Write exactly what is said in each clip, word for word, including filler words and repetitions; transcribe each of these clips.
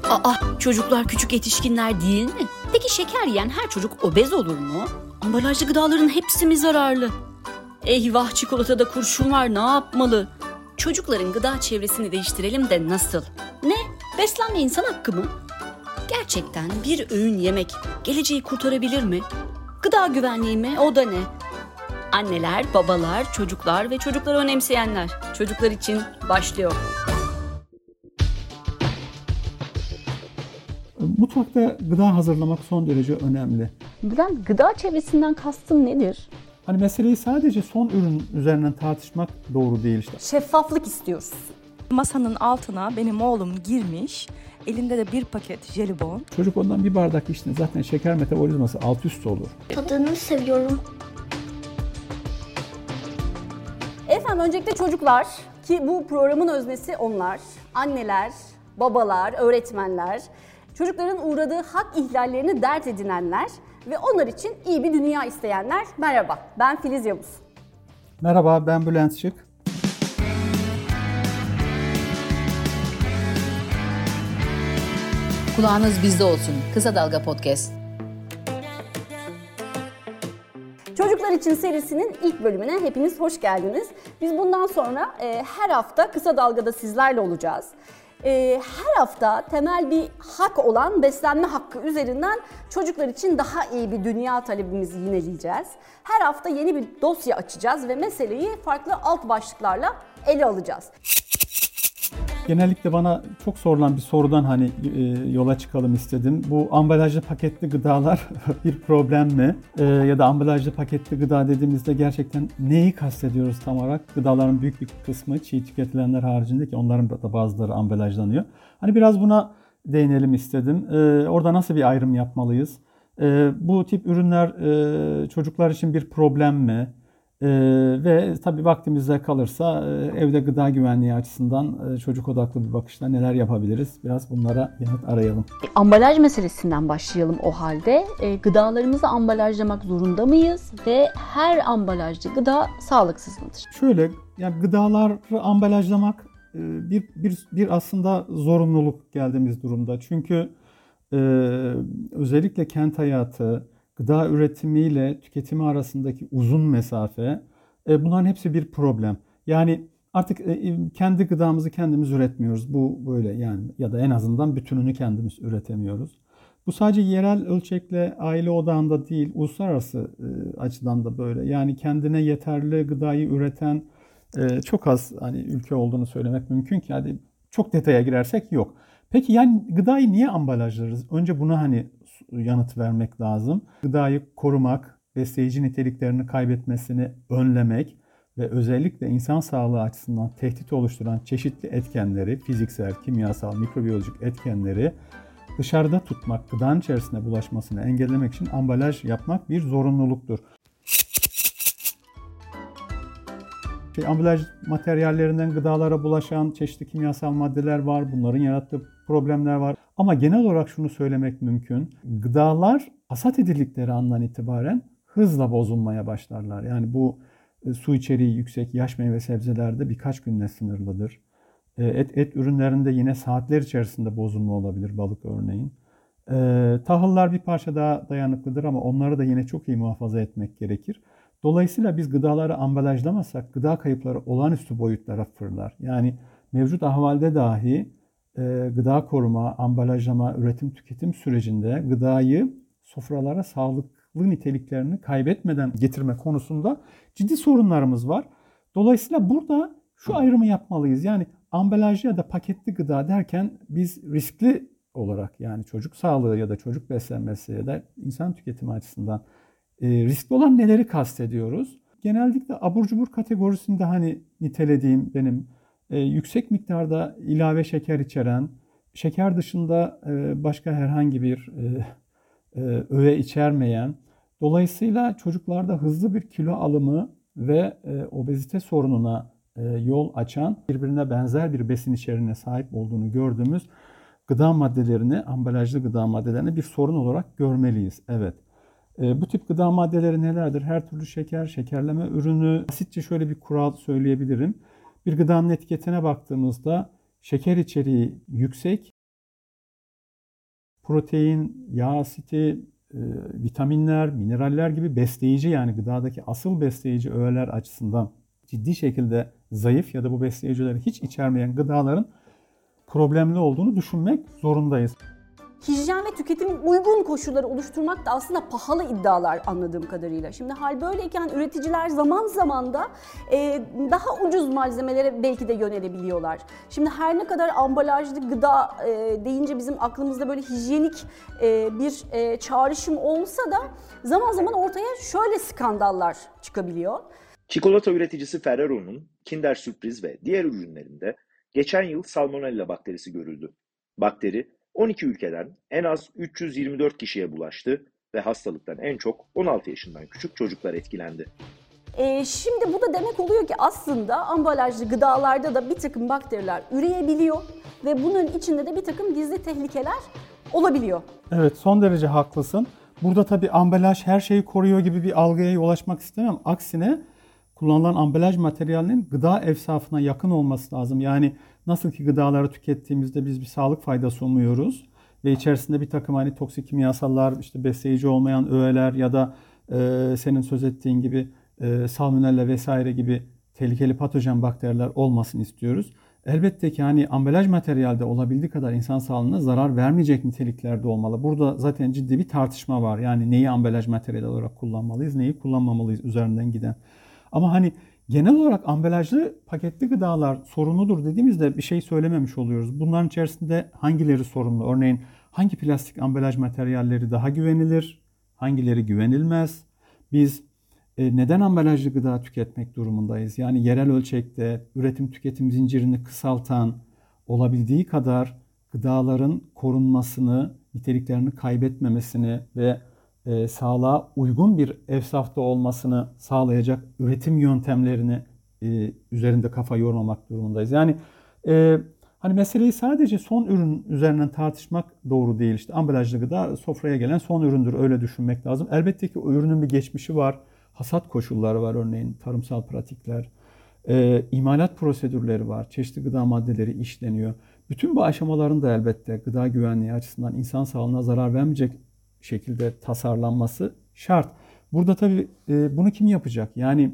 Aa, çocuklar küçük yetişkinler değil mi? Peki şeker yiyen her çocuk obez olur mu? Ambalajlı gıdaların hepsi mi zararlı? Eyvah, çikolatada kurşun var, ne yapmalı? Çocukların gıda çevresini değiştirelim de nasıl? Ne? Beslenme insan hakkı mı? Gerçekten bir öğün yemek geleceği kurtarabilir mi? Gıda güvenliği mi? O da ne? Anneler, babalar, çocuklar ve çocukları önemseyenler. Çocuklar için başlıyor. Mutfakta gıda hazırlamak son derece önemli. Bülent, gıda çevresinden kastın nedir? Hani meseleyi sadece son ürün üzerinden tartışmak doğru değil işte. Şeffaflık istiyoruz. Masanın altına benim oğlum girmiş, elinde de bir paket jelibon. Çocuk ondan bir bardak içtiğinde zaten şeker metabolizması alt üst olur. Tadını seviyorum. Efendim, öncelikle çocuklar, ki bu programın öznesi onlar. Anneler, babalar, öğretmenler, çocukların uğradığı hak ihlallerini dert edinenler ve onlar için iyi bir dünya isteyenler. Merhaba, ben Filiz Yavuz. Merhaba, ben Bülent Şık. Kulağınız bizde olsun. Kısa Dalga Podcast. Çocuklar için serisinin ilk bölümüne hepiniz hoş geldiniz. Biz bundan sonra e, her hafta Kısa Dalga'da sizlerle olacağız. E, her hafta temel bir hak olan beslenme hakkı üzerinden çocuklar için daha iyi bir dünya talebimizi yineleyeceğiz. Her hafta yeni bir dosya açacağız ve meseleyi farklı alt başlıklarla ele alacağız. Genellikle bana çok sorulan bir sorudan hani e, yola çıkalım istedim. Bu ambalajlı paketli gıdalar bir problem mi? E, ya da ambalajlı paketli gıda dediğimizde gerçekten neyi kastediyoruz tam olarak? Gıdaların büyük bir kısmı çiğ tüketilenler haricinde, ki onların da bazıları ambalajlanıyor. Hani biraz buna değinelim istedim. E, orada nasıl bir ayrım yapmalıyız? E, bu tip ürünler e, çocuklar için bir problem mi? Ee, ve tabii vaktimizde kalırsa e, evde gıda güvenliği açısından e, çocuk odaklı bir bakışla neler yapabiliriz? Biraz bunlara yanıt arayalım. Ambalaj meselesinden başlayalım o halde. E, gıdalarımızı ambalajlamak zorunda mıyız ve her ambalajlı gıda sağlıksız mıdır? Şöyle, yani gıdaları ambalajlamak e, bir, bir, bir aslında zorunluluk geldiğimiz durumda. Çünkü e, özellikle kent hayatı, gıda üretimiyle tüketimi arasındaki uzun mesafe, e, bunların hepsi bir problem. Yani artık e, kendi gıdamızı kendimiz üretmiyoruz. Bu böyle yani, ya da en azından bütününü kendimiz üretemiyoruz. Bu sadece yerel ölçekle aile odağında değil, uluslararası e, açıdan da böyle. Yani kendine yeterli gıdayı üreten e, çok az hani ülke olduğunu söylemek mümkün ki, hadi çok detaya girersek yok. Peki yani gıdayı niye ambalajlarız? Önce buna hani yanıt vermek lazım. Gıdayı korumak, besleyici niteliklerini kaybetmesini önlemek ve özellikle insan sağlığı açısından tehdit oluşturan çeşitli etkenleri, fiziksel, kimyasal, mikrobiyolojik etkenleri dışarıda tutmak, gıdanın içerisine bulaşmasını engellemek için ambalaj yapmak bir zorunluluktur. Şey, ambalaj materyallerinden gıdalara bulaşan çeşitli kimyasal maddeler var. Bunların yarattığı problemler var. Ama genel olarak şunu söylemek mümkün. Gıdalar hasat edildikleri andan itibaren hızla bozulmaya başlarlar. Yani bu e, su içeriği yüksek yaş meyve sebzelerde birkaç günle sınırlıdır. E, et, et ürünlerinde yine saatler içerisinde bozulma olabilir, balık örneğin. E, tahıllar bir parça daha dayanıklıdır ama onları da yine çok iyi muhafaza etmek gerekir. Dolayısıyla biz gıdaları ambalajlamasak gıda kayıpları olağanüstü boyutlara fırlar. Yani mevcut ahvalde dahi e, gıda koruma, ambalajlama, üretim, tüketim sürecinde gıdayı sofralara sağlıklı niteliklerini kaybetmeden getirme konusunda ciddi sorunlarımız var. Dolayısıyla burada şu ayrımı yapmalıyız. Yani ambalajlı ya da paketli gıda derken biz riskli olarak, yani çocuk sağlığı ya da çocuk beslenmesi ya da insan tüketimi açısından E, riskli olan neleri kastediyoruz? Genellikle abur cubur kategorisinde hani nitelediğim benim e, yüksek miktarda ilave şeker içeren, şeker dışında e, başka herhangi bir e, e, öğe içermeyen, dolayısıyla çocuklarda hızlı bir kilo alımı ve e, obezite sorununa e, yol açan, birbirine benzer bir besin içeriğine sahip olduğunu gördüğümüz gıda maddelerini, ambalajlı gıda maddelerini bir sorun olarak görmeliyiz. Evet. Bu tip gıda maddeleri nelerdir? Her türlü şeker, şekerleme ürünü. Basitçe şöyle bir kural söyleyebilirim. Bir gıdanın etiketine baktığımızda şeker içeriği yüksek, protein, yağ asiti, e, vitaminler, mineraller gibi besleyici, yani gıdadaki asıl besleyici öğeler açısından ciddi şekilde zayıf ya da bu besleyicileri hiç içermeyen gıdaların problemli olduğunu düşünmek zorundayız. Hijyen ve tüketime uygun koşulları oluşturmak da aslında pahalı iddialar anladığım kadarıyla. Şimdi hal böyleyken üreticiler zaman zaman da e, daha ucuz malzemelere belki de yönelebiliyorlar. Şimdi her ne kadar ambalajlı gıda e, deyince bizim aklımızda böyle hijyenik e, bir e, çağrışım olsa da zaman zaman ortaya şöyle skandallar çıkabiliyor. Çikolata üreticisi Ferrero'nun Kinder Sürpriz ve diğer ürünlerinde geçen yıl Salmonella bakterisi görüldü. Bakteri on iki ülkeden en az üç yüz yirmi dört kişiye bulaştı ve hastalıktan en çok on altı yaşından küçük çocuklar etkilendi. E, şimdi bu da demek oluyor ki aslında ambalajlı gıdalarda da bir takım bakteriler üreyebiliyor ve bunun içinde de bir takım gizli tehlikeler olabiliyor. Evet, son derece haklısın. Burada tabii ambalaj her şeyi koruyor gibi bir algıya yol açmak istemem. Aksine kullanılan ambalaj materyalinin gıda evsafına yakın olması lazım. Yani nasıl ki gıdaları tükettiğimizde biz bir sağlık faydası umuyoruz ve içerisinde bir takım hani toksik kimyasallar, işte besleyici olmayan öğeler ya da e, senin söz ettiğin gibi e, salmonella vesaire gibi tehlikeli patojen bakteriler olmasını istiyoruz. Elbette ki hani ambalaj materyalde olabildiği kadar insan sağlığına zarar vermeyecek niteliklerde olmalı. Burada zaten ciddi bir tartışma var. Yani neyi ambalaj materyali olarak kullanmalıyız, neyi kullanmamalıyız üzerinden giden. Ama hani genel olarak ambalajlı paketli gıdalar sorunludur dediğimizde bir şey söylememiş oluyoruz. Bunların içerisinde hangileri sorunlu? Örneğin hangi plastik ambalaj materyalleri daha güvenilir, hangileri güvenilmez? Biz e, neden ambalajlı gıda tüketmek durumundayız? Yani yerel ölçekte üretim tüketim zincirini kısaltan, olabildiği kadar gıdaların korunmasını, niteliklerini kaybetmemesini ve E, sağlığa uygun bir evsafta olmasını sağlayacak üretim yöntemlerini e, üzerinde kafa yormamak durumundayız. Yani e, hani meseleyi sadece son ürün üzerinden tartışmak doğru değil. İşte ambalajlı gıda sofraya gelen son üründür, öyle düşünmek lazım. Elbette ki o ürünün bir geçmişi var, hasat koşulları var, örneğin tarımsal pratikler, e, imalat prosedürleri var, çeşitli gıda maddeleri işleniyor. Bütün bu aşamaların da elbette gıda güvenliği açısından insan sağlığına zarar vermeyecek şekilde tasarlanması şart. Burada tabii e, bunu kim yapacak? Yani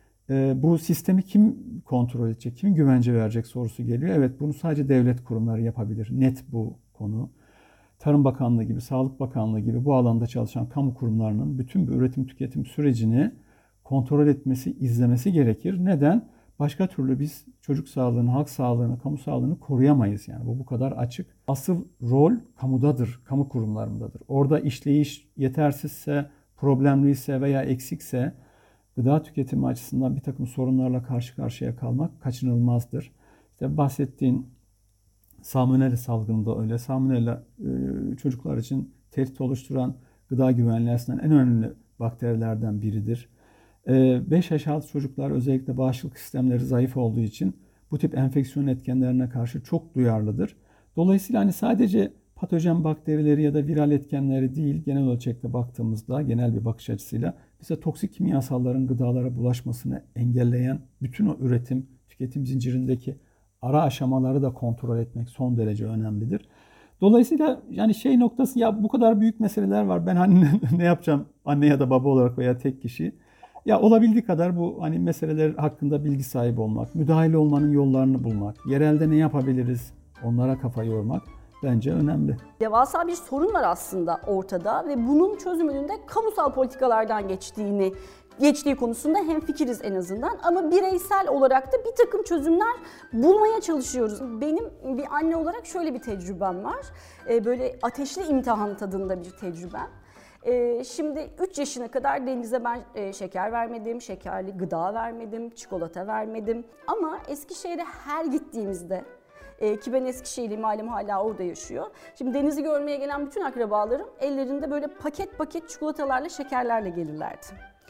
e, bu sistemi kim kontrol edecek, kim güvence verecek sorusu geliyor. Evet, bunu sadece devlet kurumları yapabilir. Net bu konu. Tarım Bakanlığı gibi, Sağlık Bakanlığı gibi bu alanda çalışan kamu kurumlarının bütün bu üretim tüketim sürecini kontrol etmesi, izlemesi gerekir. Neden? Başka türlü biz çocuk sağlığını, halk sağlığını, kamu sağlığını koruyamayız. Yani bu bu kadar açık. Asıl rol kamudadır, kamu kurumlarındadır. Orada işleyiş yetersizse, problemliyse veya eksikse gıda tüketimi açısından bir takım sorunlarla karşı karşıya kalmak kaçınılmazdır. İşte bahsettiğin salmonella salgını da öyle. Salmonella çocuklar için tehdit oluşturan gıda güvenliği açısından en önemli bakterilerden biridir. beş yaş altı çocuklar özellikle bağışıklık sistemleri zayıf olduğu için bu tip enfeksiyon etkenlerine karşı çok duyarlıdır. Dolayısıyla hani sadece patojen bakterileri ya da viral etkenleri değil, genel ölçekte baktığımızda genel bir bakış açısıyla bize toksik kimyasalların gıdalara bulaşmasını engelleyen bütün o üretim, tüketim zincirindeki ara aşamaları da kontrol etmek son derece önemlidir. Dolayısıyla yani şey noktası, ya bu kadar büyük meseleler var, ben hani ne yapacağım anne ya da baba olarak veya tek kişi. Ya olabildiği kadar bu hani meseleler hakkında bilgi sahibi olmak, müdahale olmanın yollarını bulmak, yerelde ne yapabiliriz onlara kafa yormak bence önemli. Devasa bir sorun var aslında ortada ve bunun çözümünün de kamusal politikalardan geçtiğini geçtiği konusunda hemfikiriz en azından. Ama bireysel olarak da bir takım çözümler bulmaya çalışıyoruz. Benim bir anne olarak şöyle bir tecrübem var. Böyle ateşli imtihan tadında bir tecrübem. Şimdi üç yaşına kadar Deniz'e ben şeker vermedim, şekerli gıda vermedim, çikolata vermedim. Ama Eskişehir'e her gittiğimizde, ki ben Eskişehirliyim, ailem hala orada yaşıyor. Şimdi Deniz'i görmeye gelen bütün akrabalarım ellerinde böyle paket paket çikolatalarla, şekerlerle gelirlerdi.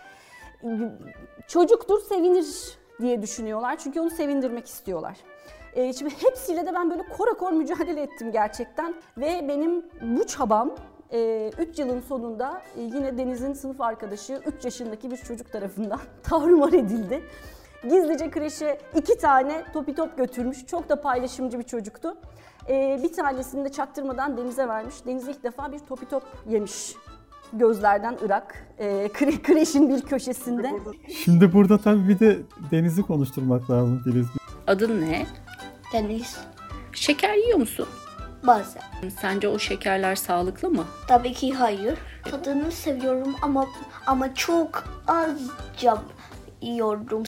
Çocuktur, sevinir diye düşünüyorlar çünkü onu sevindirmek istiyorlar. Şimdi hepsiyle de ben böyle korakor mücadele ettim gerçekten ve benim bu çabam üç yılın sonunda yine Deniz'in sınıf arkadaşı üç yaşındaki bir çocuk tarafından tarumar edildi. Gizlice kreşe iki tane topi top götürmüş. Çok da paylaşımcı bir çocuktu. Ee, bir tanesini de çaktırmadan Deniz'e vermiş. Deniz ilk defa bir topi top yemiş. Gözlerden ırak. Ee, kre- kreşin bir köşesinde. Şimdi burada tabii bir de Deniz'i konuşturmak lazım Filiz. Adın ne? Deniz. Şeker yiyor musun? Bazen. Sence o şekerler sağlıklı mı? Tabii ki hayır. Tadını seviyorum ama ama çok azca yiyorum.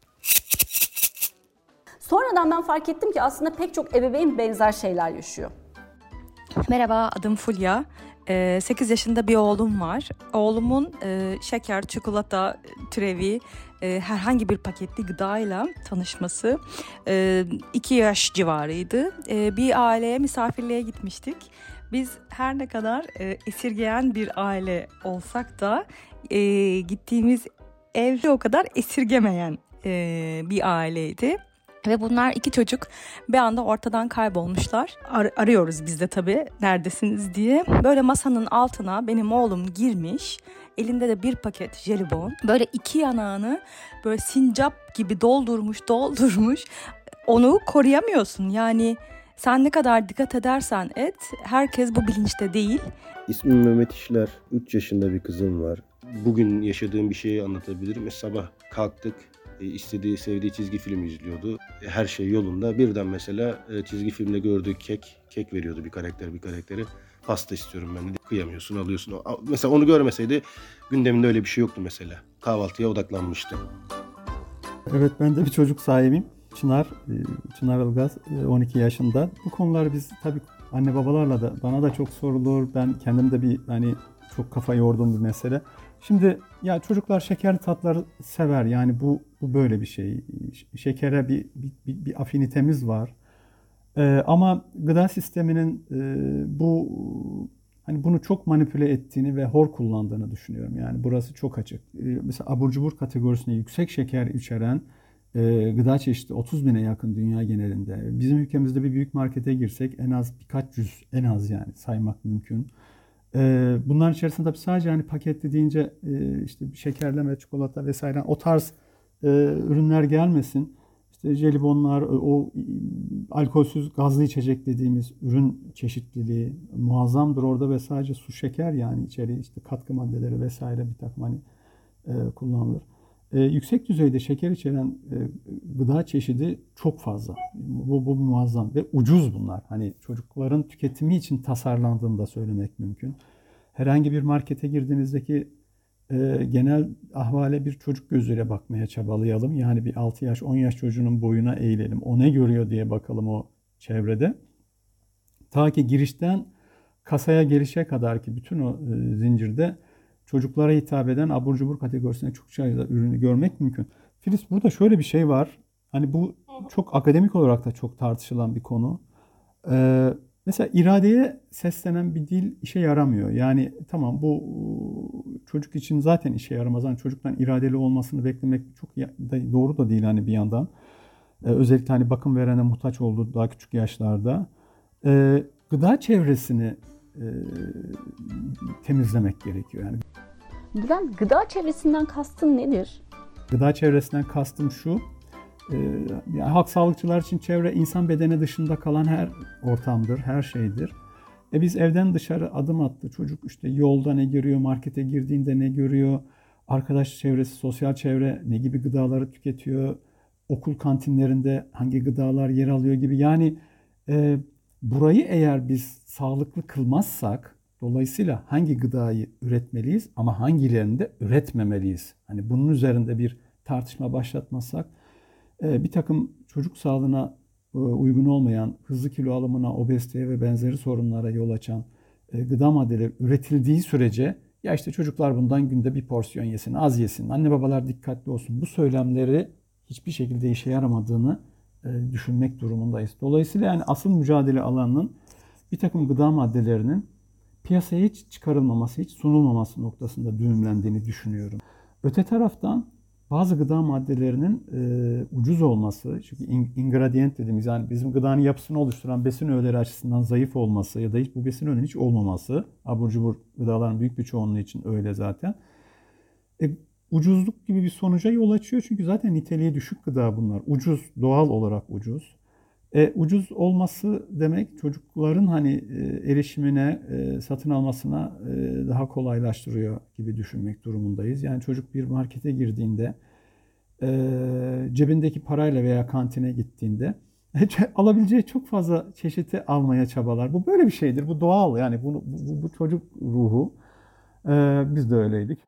Sonradan ben fark ettim ki aslında pek çok ebeveyn benzer şeyler yaşıyor. Merhaba, adım Fulya. Ee, sekiz yaşında bir oğlum var. Oğlumun e, şeker, çikolata türevi e, herhangi bir paketli gıdayla tanışması e, iki yaş civarıydı. E, bir aileye misafirliğe gitmiştik. Biz her ne kadar e, esirgeyen bir aile olsak da e, gittiğimiz ev o kadar esirgemeyen e, bir aileydi. Ve bunlar iki çocuk bir anda ortadan kaybolmuşlar. Ar- arıyoruz biz de tabii neredesiniz diye. Böyle masanın altına benim oğlum girmiş. Elinde de bir paket jelibon. Böyle iki yanağını böyle sincap gibi doldurmuş doldurmuş. Onu koruyamıyorsun. Yani sen ne kadar dikkat edersen et, herkes bu bilinçte değil. İsmim Mehmet İşler. üç yaşında bir kızım var. Bugün yaşadığım bir şeyi anlatabilirim. E, sabah kalktık. İstediği, sevdiği çizgi film izliyordu. Her şey yolunda. Birden mesela çizgi filmde gördüğü kek, kek veriyordu bir karakter bir karaktere. Pasta istiyorum ben de. Kıyamıyorsun, alıyorsun. Mesela onu görmeseydi gündeminde öyle bir şey yoktu mesela. Kahvaltıya odaklanmıştı. Evet, ben de bir çocuk sahibiyim. Çınar, Çınar Ilgaz on iki yaşında. Bu konular biz tabii anne babalarla da bana da çok sorulur. Ben kendim de bir hani çok kafa yorduğum bir mesele. Şimdi ya çocuklar şekerli tatları sever, yani bu bu böyle bir şey. Şekere bir bir, bir, bir afinitemiz var. Ee, ama gıda sisteminin e, bu hani bunu çok manipüle ettiğini ve hor kullandığını düşünüyorum. Yani burası çok açık. Ee, mesela abur cubur kategorisinde yüksek şeker içeren e, gıda çeşidi otuz bine yakın dünya genelinde. Bizim ülkemizde bir büyük markete girsek en az birkaç yüz, en az yani saymak mümkün. Bunların içerisinde tabii sadece hani paketli deyince işte şekerleme, çikolata vesaire o tarz ürünler gelmesin. İşte jelibonlar, o alkolsüz gazlı içecek dediğimiz ürün çeşitliliği muazzamdır orada ve sadece su, şeker yani içeri işte katkı maddeleri vesaire bir takım hani kullanılır. Ee, yüksek düzeyde şeker içeren e, gıda çeşidi çok fazla. Bu, bu muazzam ve ucuz bunlar. Hani çocukların tüketimi için tasarlandığını da söylemek mümkün. Herhangi bir markete girdiğinizdeki e, genel ahvale bir çocuk gözüyle bakmaya çabalayalım. Yani bir altı yaş, on yaş çocuğunun boyuna eğilelim. O ne görüyor diye bakalım o çevrede. Ta ki girişten kasaya gelişe kadar ki bütün o e, zincirde çocuklara hitap eden abur cubur kategorisinde çok sayıda ürünü görmek mümkün. Filiz, burada şöyle bir şey var. Hani bu çok akademik olarak da çok tartışılan bir konu. Ee, mesela iradeye seslenen bir dil işe yaramıyor. Yani tamam bu çocuk için zaten işe yaramaz. Yani çocuktan iradeli olmasını beklemek çok doğru da değil hani bir yandan. Ee, özellikle hani bakım verene muhtaç olduğu daha küçük yaşlarda. Ee, gıda çevresini e, temizlemek gerekiyor. Yani Bülent, gıda çevresinden kastın nedir? Gıda çevresinden kastım şu, e, yani halk sağlıkçılar için çevre insan bedeni dışında kalan her ortamdır, her şeydir. E biz evden dışarı adım attı. Çocuk işte yolda ne görüyor, markete girdiğinde ne görüyor, arkadaş çevresi, sosyal çevre ne gibi gıdaları tüketiyor, okul kantinlerinde hangi gıdalar yer alıyor gibi. Yani e, burayı eğer biz sağlıklı kılmazsak, dolayısıyla hangi gıdayı üretmeliyiz ama hangilerini de üretmemeliyiz. Hani bunun üzerinde bir tartışma başlatmazsak bir takım çocuk sağlığına uygun olmayan, hızlı kilo alımına, obeziteye ve benzeri sorunlara yol açan gıda maddeleri üretildiği sürece ya işte çocuklar bundan günde bir porsiyon yesin, az yesin, anne babalar dikkatli olsun. Bu söylemleri hiçbir şekilde işe yaramadığını düşünmek durumundayız. Dolayısıyla yani asıl mücadele alanının bir takım gıda maddelerinin piyasaya hiç çıkarılmaması, hiç sunulmaması noktasında düğümlendiğini düşünüyorum. Öte taraftan bazı gıda maddelerinin e, ucuz olması, çünkü ingredient dediğimiz yani bizim gıdanın yapısını oluşturan besin öğeleri açısından zayıf olması ya da hiç bu besin öğenin hiç olmaması, abur cubur gıdaların büyük bir çoğunluğu için öyle zaten. E, ucuzluk gibi bir sonuca yol açıyor çünkü zaten niteliği düşük gıda bunlar. Ucuz, doğal olarak ucuz. E, ucuz olması demek çocukların hani e, erişimine, e, satın almasına e, daha kolaylaştırıyor gibi düşünmek durumundayız. Yani çocuk bir markete girdiğinde, e, cebindeki parayla veya kantine gittiğinde alabileceği çok fazla çeşidi almaya çabalar. Bu böyle bir şeydir, bu doğal yani bu, bu, bu çocuk ruhu. E, biz de öyleydik.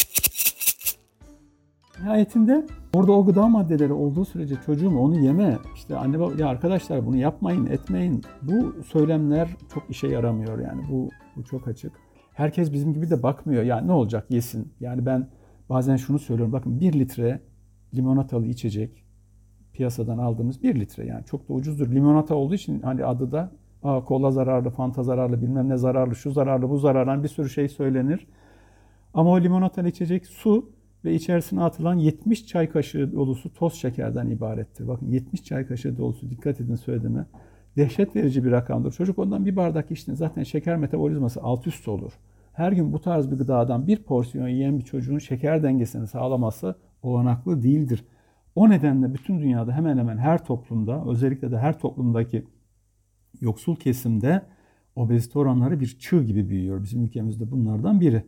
Nihayetinde orada o gıda maddeleri olduğu sürece çocuğum onu yeme, işte anne baba ya arkadaşlar bunu yapmayın, etmeyin. Bu söylemler çok işe yaramıyor yani bu, bu çok açık. Herkes bizim gibi de bakmıyor yani ne olacak yesin. Yani ben bazen şunu söylüyorum, bakın bir litre limonatalı içecek piyasadan aldığımız bir litre yani çok da ucuzdur. Limonata olduğu için hani adı da Aa, kola zararlı, fanta zararlı, bilmem ne zararlı, şu zararlı, bu zararlı bir sürü şey söylenir. Ama o limonatalı içecek su ve içerisine atılan yetmiş çay kaşığı dolusu toz şekerden ibarettir. Bakın yetmiş çay kaşığı dolusu, dikkat edin söylediğime. Dehşet verici bir rakamdır. Çocuk ondan bir bardak içtiğinde zaten şeker metabolizması alt üst olur. Her gün bu tarz bir gıdadan bir porsiyon yiyen bir çocuğun şeker dengesini sağlaması olanaklı değildir. O nedenle bütün dünyada hemen hemen her toplumda, özellikle de her toplumdaki yoksul kesimde obezite oranları bir çığ gibi büyüyor. Bizim ülkemizde bunlardan biri.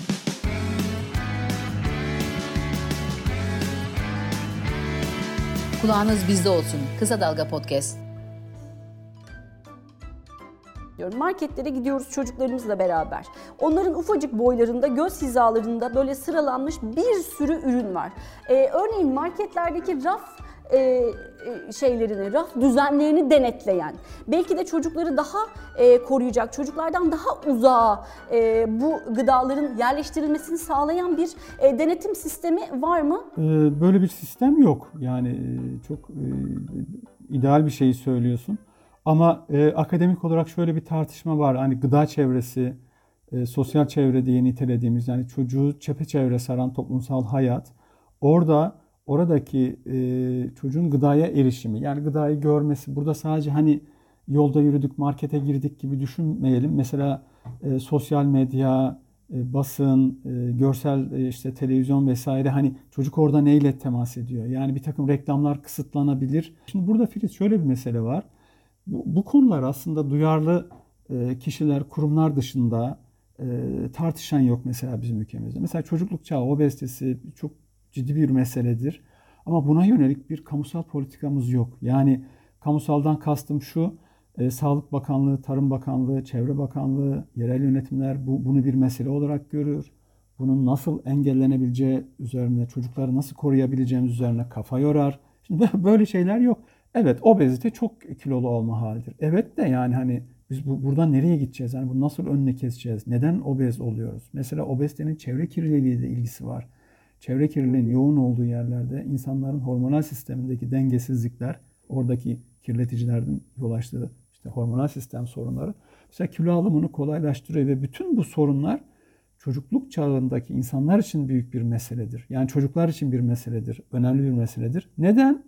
Kulağınız bizde olsun. Kısa Dalga Podcast. Marketlere gidiyoruz çocuklarımızla beraber. Onların ufacık boylarında, göz hizalarında böyle sıralanmış bir sürü ürün var. Ee, örneğin marketlerdeki raf e, şeylerini, raf düzenlerini denetleyen, belki de çocukları daha e, koruyacak, çocuklardan daha uzağa e, bu gıdaların yerleştirilmesini sağlayan bir e, denetim sistemi var mı? Böyle bir sistem yok. Yani çok e, ideal bir şeyi söylüyorsun. Ama e, akademik olarak şöyle bir tartışma var. Hani gıda çevresi, e, sosyal çevre diye nitelediğimiz yani çocuğu çepeçevre saran toplumsal hayat. Orada oradaki e, çocuğun gıdaya erişimi, yani gıdayı görmesi. Burada sadece hani yolda yürüdük, markete girdik gibi düşünmeyelim. Mesela e, sosyal medya, e, basın, e, görsel e, işte televizyon vesaire hani çocuk orada neyle temas ediyor? Yani bir takım reklamlar kısıtlanabilir. Şimdi burada Filiz şöyle bir mesele var. Bu, bu konular aslında duyarlı e, kişiler, kurumlar dışında e, tartışan yok mesela bizim ülkemizde. Mesela çocukluk çağı obezitesi çok ciddi bir meseledir. Ama buna yönelik bir kamusal politikamız yok. Yani kamusaldan kastım şu, e, Sağlık Bakanlığı, Tarım Bakanlığı, Çevre Bakanlığı, yerel yönetimler bu, bunu bir mesele olarak görüyor. Bunun nasıl engellenebileceği üzerine, çocukları nasıl koruyabileceğimiz üzerine kafa yorar. Şimdi böyle şeyler yok. Evet, obezite çok kilolu olma halidir. Evet de yani hani biz bu, buradan nereye gideceğiz? Yani bunu nasıl önüne keseceğiz? Neden obez oluyoruz? Mesela obezitenin çevre kirliliğiyle de ilgisi var. Çevre kirliliğinin yoğun olduğu yerlerde insanların hormonal sistemindeki dengesizlikler, oradaki kirleticilerin yol açtığı işte hormonal sistem sorunları mesela kilo alımını kolaylaştırıyor ve bütün bu sorunlar çocukluk çağındaki insanlar için büyük bir meseledir. Yani çocuklar için bir meseledir, önemli bir meseledir. Neden?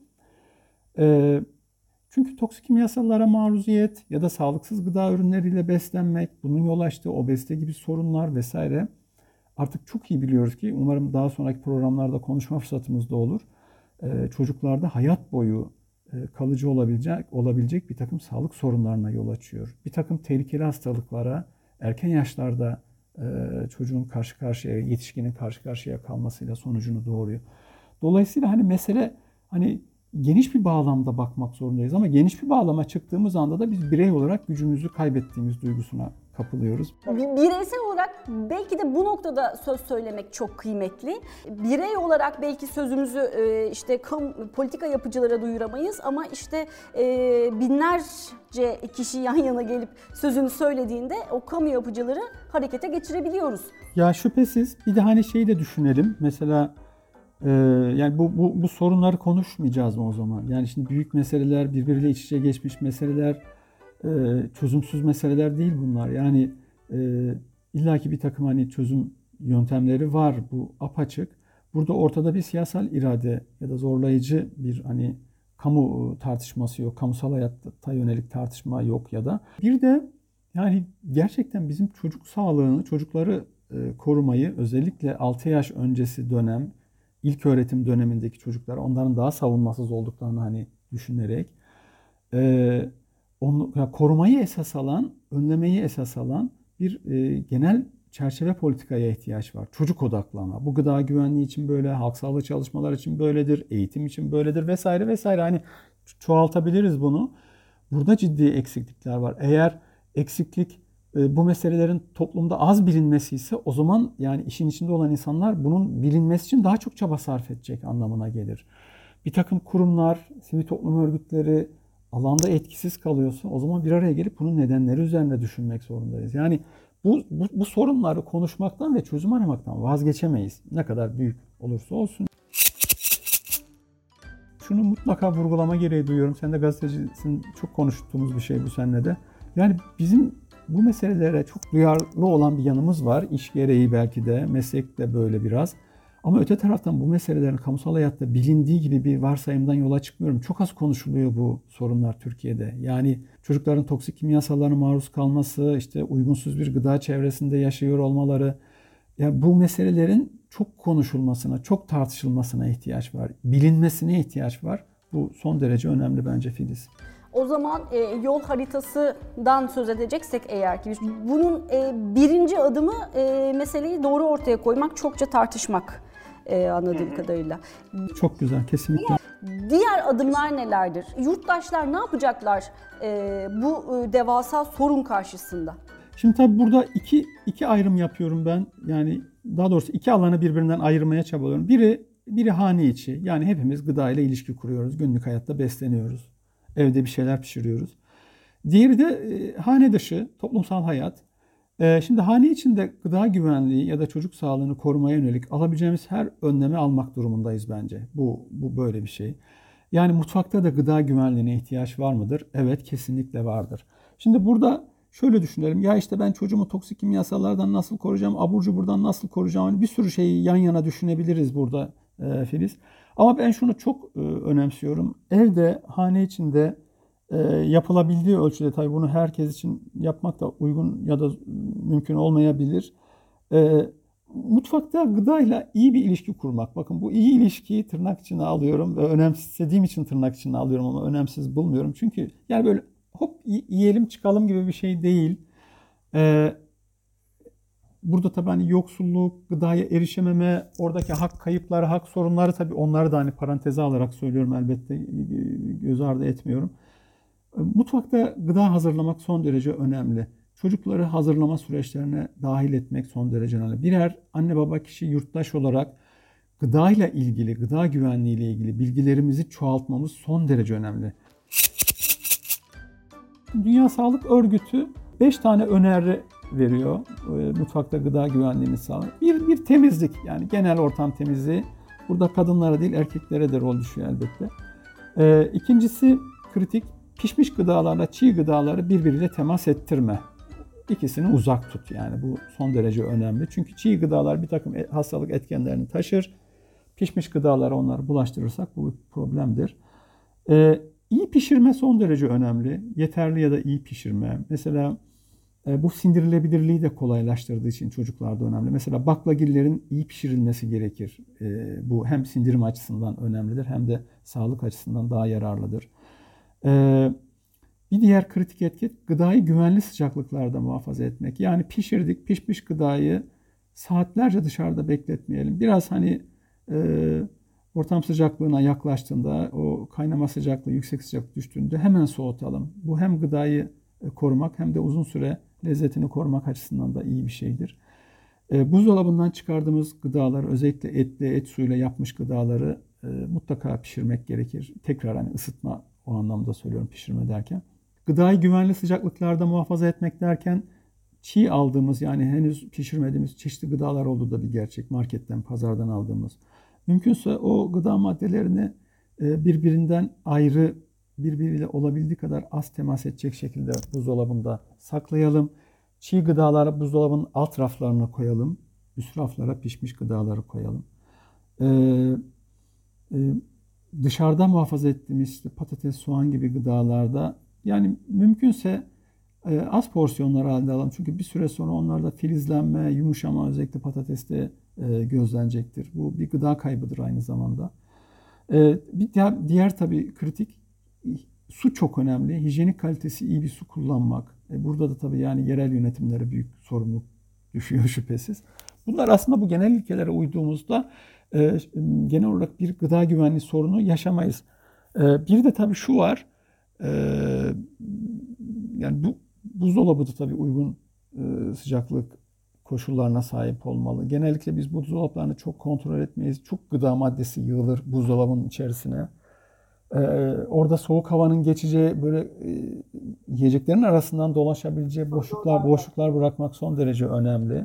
Ee, çünkü toksik kimyasallara maruziyet ya da sağlıksız gıda ürünleriyle beslenmek, bunun yol açtığı obezite gibi sorunlar vesaire artık çok iyi biliyoruz ki umarım daha sonraki programlarda konuşma fırsatımız da olur. Ee, çocuklarda hayat boyu e, kalıcı olabilecek, olabilecek bir takım sağlık sorunlarına yol açıyor. Bir takım tehlikeli hastalıklara erken yaşlarda e, çocuğun karşı karşıya, yetişkinin karşı karşıya kalmasıyla sonucunu doğuruyor. Dolayısıyla hani mesele hani geniş bir bağlamda bakmak zorundayız ama geniş bir bağlama çıktığımız anda da biz birey olarak gücümüzü kaybettiğimiz duygusuna kapılıyoruz. Bireysel olarak belki de bu noktada söz söylemek çok kıymetli. Birey olarak belki sözümüzü işte politika yapıcılara duyuramayız ama işte binlerce kişi yan yana gelip sözünü söylediğinde o kamu yapıcıları harekete geçirebiliyoruz. Ya şüphesiz bir de hani şeyi de düşünelim. Mesela Ee, yani bu, bu, bu sorunları konuşmayacağız mı o zaman? Yani şimdi büyük meseleler, birbiriyle iç içe geçmiş meseleler, e, çözümsüz meseleler değil bunlar. Yani e, illaki bir takım hani çözüm yöntemleri var, bu apaçık. Burada ortada bir siyasal irade ya da zorlayıcı bir hani kamu tartışması yok, kamusal hayata yönelik tartışma yok ya da. Bir de yani gerçekten bizim çocuk sağlığını, çocukları e, korumayı özellikle altı yaş öncesi dönem, İlk öğretim dönemindeki çocuklar, onların daha savunmasız olduklarını hani düşünerek e, onu, ya korumayı esas alan, önlemeyi esas alan bir e, genel çerçeve politikaya ihtiyaç var. Çocuk odaklı ama. Bu gıda güvenliği için böyle, halk sağlığı çalışmalar için böyledir, eğitim için böyledir vesaire vesaire. Hani çoğaltabiliriz bunu. Burada ciddi eksiklikler var. Eğer eksiklik e, bu meselelerin toplumda az bilinmesi ise o zaman yani işin içinde olan insanlar bunun bilinmesi için daha çok çaba sarf edecek anlamına gelir. Bir takım kurumlar, sivil toplum örgütleri alanda etkisiz kalıyorsa o zaman bir araya gelip bunun nedenleri üzerinde düşünmek zorundayız. Yani bu, bu, bu sorunları konuşmaktan ve çözüm aramaktan vazgeçemeyiz. Ne kadar büyük olursa olsun. Şunu mutlaka vurgulama gereği duyuyorum. Sen de gazetecisin, çok konuştuğumuz bir şey bu seninle de. Yani bizim bu meselelere çok duyarlı olan bir yanımız var. İş gereği belki de, meslek de böyle biraz. Ama öte taraftan bu meselelerin kamusal hayatta bilindiği gibi bir varsayımdan yola çıkmıyorum. Çok az konuşuluyor bu sorunlar Türkiye'de. Yani çocukların toksik kimyasallara maruz kalması, işte uygunsuz bir gıda çevresinde yaşıyor olmaları. Yani bu meselelerin çok konuşulmasına, çok tartışılmasına ihtiyaç var. Bilinmesine ihtiyaç var. Bu son derece önemli bence Filiz. O zaman e, yol haritasından söz edeceksek eğer ki bunun e, birinci adımı e, meseleyi doğru ortaya koymak, çokça tartışmak e, anladığım kadarıyla. Çok güzel, kesinlikle. Diğer adımlar nelerdir? Yurttaşlar ne yapacaklar e, bu e, devasa sorun karşısında? Şimdi tabii burada iki, iki ayrım yapıyorum ben. Yani daha doğrusu iki alanı birbirinden ayırmaya çabalıyorum. Biri, biri hane içi. Yani hepimiz gıda ile ilişki kuruyoruz. Günlük hayatta besleniyoruz. Evde bir şeyler pişiriyoruz. Diğeri de e, hane dışı, toplumsal hayat. E, şimdi hane içinde gıda güvenliği ya da çocuk sağlığını korumaya yönelik alabileceğimiz her önlemi almak durumundayız bence. Bu, bu böyle bir şey. Yani mutfakta da gıda güvenliğine ihtiyaç var mıdır? Evet, kesinlikle vardır. Şimdi burada şöyle düşünelim. Ya işte ben çocuğumu toksik kimyasallardan nasıl koruyacağım, abur cuburdan nasıl koruyacağım? Yani bir sürü şeyi yan yana düşünebiliriz burada e, Filiz. Ama ben şunu çok e, önemsiyorum. Evde, hane içinde e, yapılabildiği ölçüde, tabii bunu herkes için yapmak da uygun ya da mümkün olmayabilir. E, mutfakta gıdayla iyi bir ilişki kurmak. Bakın bu iyi ilişkiyi tırnak içine alıyorum ve önemsediğim için tırnak içine alıyorum ama önemsiz bulmuyorum. Çünkü yani böyle hop yiyelim çıkalım gibi bir şey değil. Ee, burada tabii hani yoksulluk, gıdaya erişememe, oradaki hak kayıpları, hak sorunları tabii onları da hani paranteze alarak söylüyorum elbette, göz ardı etmiyorum. Mutfakta gıda hazırlamak son derece önemli. Çocukları hazırlama süreçlerine dahil etmek son derece önemli. Birer anne baba kişi yurttaş olarak gıdayla ilgili, gıda güvenliği ile ilgili bilgilerimizi çoğaltmamız son derece önemli. Dünya Sağlık Örgütü beş tane öneri veriyor e, mutfakta gıda güvenliğini sağlamak. Bir, bir temizlik, yani genel ortam temizliği. Burada kadınlara değil erkeklere de rol düşüyor elbette. E, ikincisi kritik, pişmiş gıdalarla çiğ gıdaları birbiriyle temas ettirme. İkisini uzak tut, yani bu son derece önemli. Çünkü çiğ gıdalar bir takım hastalık etkenlerini taşır. Pişmiş gıdalara onları bulaştırırsak bu bir problemdir. E, İyi pişirme son derece önemli. Yeterli ya da iyi pişirme. Mesela e, bu sindirilebilirliği de kolaylaştırdığı için çocuklarda önemli. Mesela baklagillerin iyi pişirilmesi gerekir. E, bu hem sindirim açısından önemlidir hem de sağlık açısından daha yararlıdır. E, bir diğer kritik etki gıdayı güvenli sıcaklıklarda muhafaza etmek. Yani pişirdik, pişmiş gıdayı saatlerce dışarıda bekletmeyelim. Biraz hani e, ortam sıcaklığına yaklaştığında, o kaynama sıcaklığı yüksek sıcaklık düştüğünde hemen soğutalım. Bu hem gıdayı korumak hem de uzun süre lezzetini korumak açısından da iyi bir şeydir. E, buzdolabından çıkardığımız gıdalar, özellikle etli, et suyuyla yapmış gıdaları e, mutlaka pişirmek gerekir. Tekrar hani ısıtma, o anlamda söylüyorum pişirme derken. Gıdayı güvenli sıcaklıklarda muhafaza etmek derken çiğ aldığımız, yani henüz pişirmediğimiz çeşitli gıdalar olduğu da bir gerçek. Marketten, pazardan aldığımız. Mümkünse o gıda maddelerini birbirinden ayrı, birbiriyle olabildiği kadar az temas edecek şekilde buzdolabında saklayalım. Çiğ gıdaları buzdolabının alt raflarına koyalım. Üst raflara pişmiş gıdaları koyalım. Ee, e, dışarıda muhafaza ettiğimiz işte patates, soğan gibi gıdalarda yani mümkünse e, az porsiyonlar halinde alalım. Çünkü bir süre sonra onlarda filizlenme, yumuşama özellikle patateste e, gözlenecektir. Bu bir gıda kaybıdır aynı zamanda. E, bir diğer, diğer tabii kritik, Su çok önemli. Hijyenik kalitesi iyi bir su kullanmak. E burada da tabii yani yerel yönetimlere büyük sorumluluk düşüyor şüphesiz. Bunlar aslında bu genel ilkelere uyduğumuzda e, genel olarak bir gıda güvenliği sorunu yaşamayız. E, bir de tabii şu var. E, yani bu buzdolabı da tabii uygun e, sıcaklık koşullarına sahip olmalı. Genellikle biz buzdolaplarını çok kontrol etmeyiz. Çok gıda maddesi yığılır buzdolabının içerisine. Ee, orada soğuk havanın geçeceği, böyle e, yiyeceklerin arasından dolaşabileceği boşluklar, boşluklar bırakmak son derece önemli.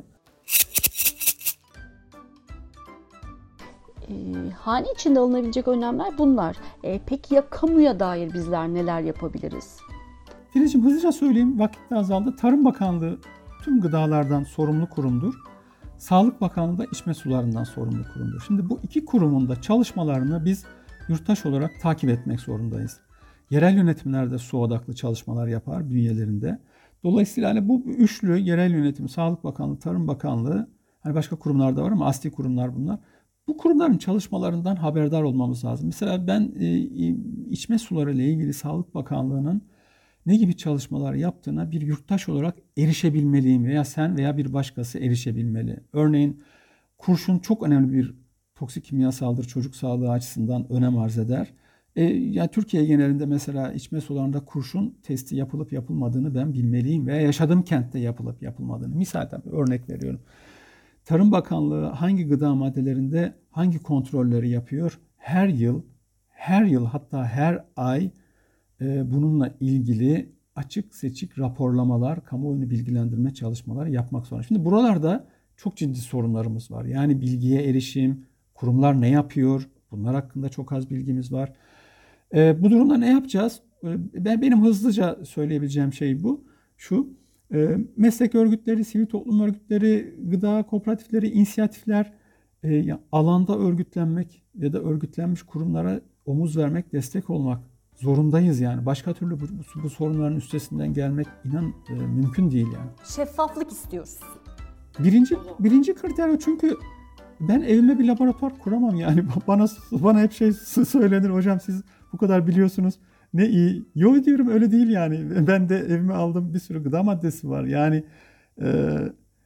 E, hane içinde alınabilecek önlemler bunlar. E, peki ya kamuya dair bizler neler yapabiliriz? Filizciğim, hızlıca söyleyeyim, vakit de azaldı. Tarım Bakanlığı tüm gıdalardan sorumlu kurumdur. Sağlık Bakanlığı da içme sularından sorumlu kurumdur. Şimdi bu iki kurumun da çalışmalarını biz yurttaş olarak takip etmek zorundayız. Yerel yönetimler de su odaklı çalışmalar yapar bünyelerinde. Dolayısıyla hani bu üçlü, yerel yönetim, Sağlık Bakanlığı, Tarım Bakanlığı, hani başka kurumlar da var ama asli kurumlar bunlar. Bu kurumların çalışmalarından haberdar olmamız lazım. Mesela ben e, içme suları ile ilgili Sağlık Bakanlığı'nın ne gibi çalışmalar yaptığına bir yurttaş olarak erişebilmeliyim veya sen veya bir başkası erişebilmeli. Örneğin kurşun çok önemli bir toksik kimyasaldır, çocuk sağlığı açısından önem arz eder. E, yani Türkiye genelinde mesela içme sularında kurşun testi yapılıp yapılmadığını ben bilmeliyim veya yaşadığım kentte yapılıp yapılmadığını. Misal tabii örnek veriyorum. Tarım Bakanlığı hangi gıda maddelerinde hangi kontrolleri yapıyor? Her yıl, her yıl hatta her ay e, bununla ilgili açık seçik raporlamalar, kamuoyunu bilgilendirme çalışmaları yapmak zorunda. Şimdi buralarda çok ciddi sorunlarımız var. Yani bilgiye erişim, kurumlar ne yapıyor? Bunlar hakkında çok az bilgimiz var. E, bu durumda ne yapacağız? E, ben benim hızlıca söyleyebileceğim şey bu. Şu, e, meslek örgütleri, sivil toplum örgütleri, gıda kooperatifleri, inisiyatifler e, alanda örgütlenmek ya da örgütlenmiş kurumlara omuz vermek, destek olmak zorundayız yani. Başka türlü bu, bu, bu sorunların üstesinden gelmek inan e, mümkün değil yani. Şeffaflık istiyoruz. Birinci birinci kriter o, çünkü ben evime bir laboratuvar kuramam yani. Bana bana hep şey söylenir, hocam siz bu kadar biliyorsunuz. Ne iyi. Yok diyorum, öyle değil yani. Ben de evime aldım, bir sürü gıda maddesi var. Yani e,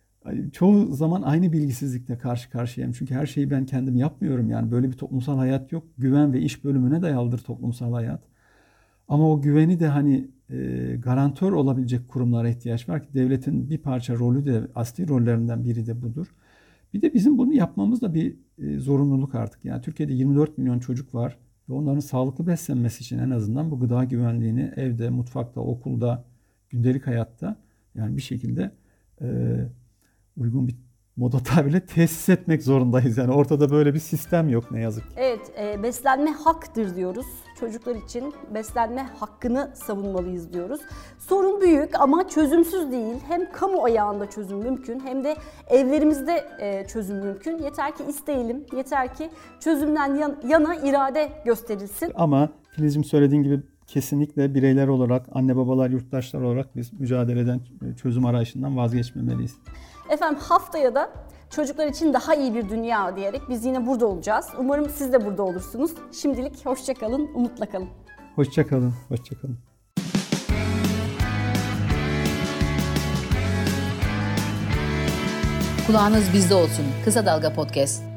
çoğu zaman aynı bilgisizlikle karşı karşıyayım. Çünkü her şeyi ben kendim yapmıyorum yani. Böyle bir toplumsal hayat yok. Güven ve iş bölümüne dayalıdır toplumsal hayat. Ama o güveni de hani e, garantör olabilecek kurumlara ihtiyaç var ki devletin bir parça rolü de, asli rollerinden biri de budur. Bir de bizim bunu yapmamız da bir e, zorunluluk artık. Yani Türkiye'de yirmi dört milyon çocuk var ve onların sağlıklı beslenmesi için en azından bu gıda güvenliğini evde, mutfakta, okulda, gündelik hayatta yani bir şekilde e, uygun bir moda tabirle tesis etmek zorundayız. Yani ortada böyle bir sistem yok ne yazık ki. Evet, e, beslenme haktır diyoruz. Çocuklar için beslenme hakkını savunmalıyız diyoruz. Sorun büyük ama çözümsüz değil. Hem kamu ayağında çözüm mümkün hem de evlerimizde e, çözüm mümkün. Yeter ki isteyelim, yeter ki çözümden yan, yana irade gösterilsin. Ama Filizciğim söylediğin gibi kesinlikle bireyler olarak, anne babalar, yurttaşlar olarak biz mücadeleden, çözüm arayışından vazgeçmemeliyiz. Efendim haftaya da çocuklar için daha iyi bir dünya diyerek biz yine burada olacağız. Umarım siz de burada olursunuz. Şimdilik hoşça kalın, umutla kalın. Hoşça kalın, hoşça kalın. Kulağınız bizde olsun. Kısa Dalga Podcast.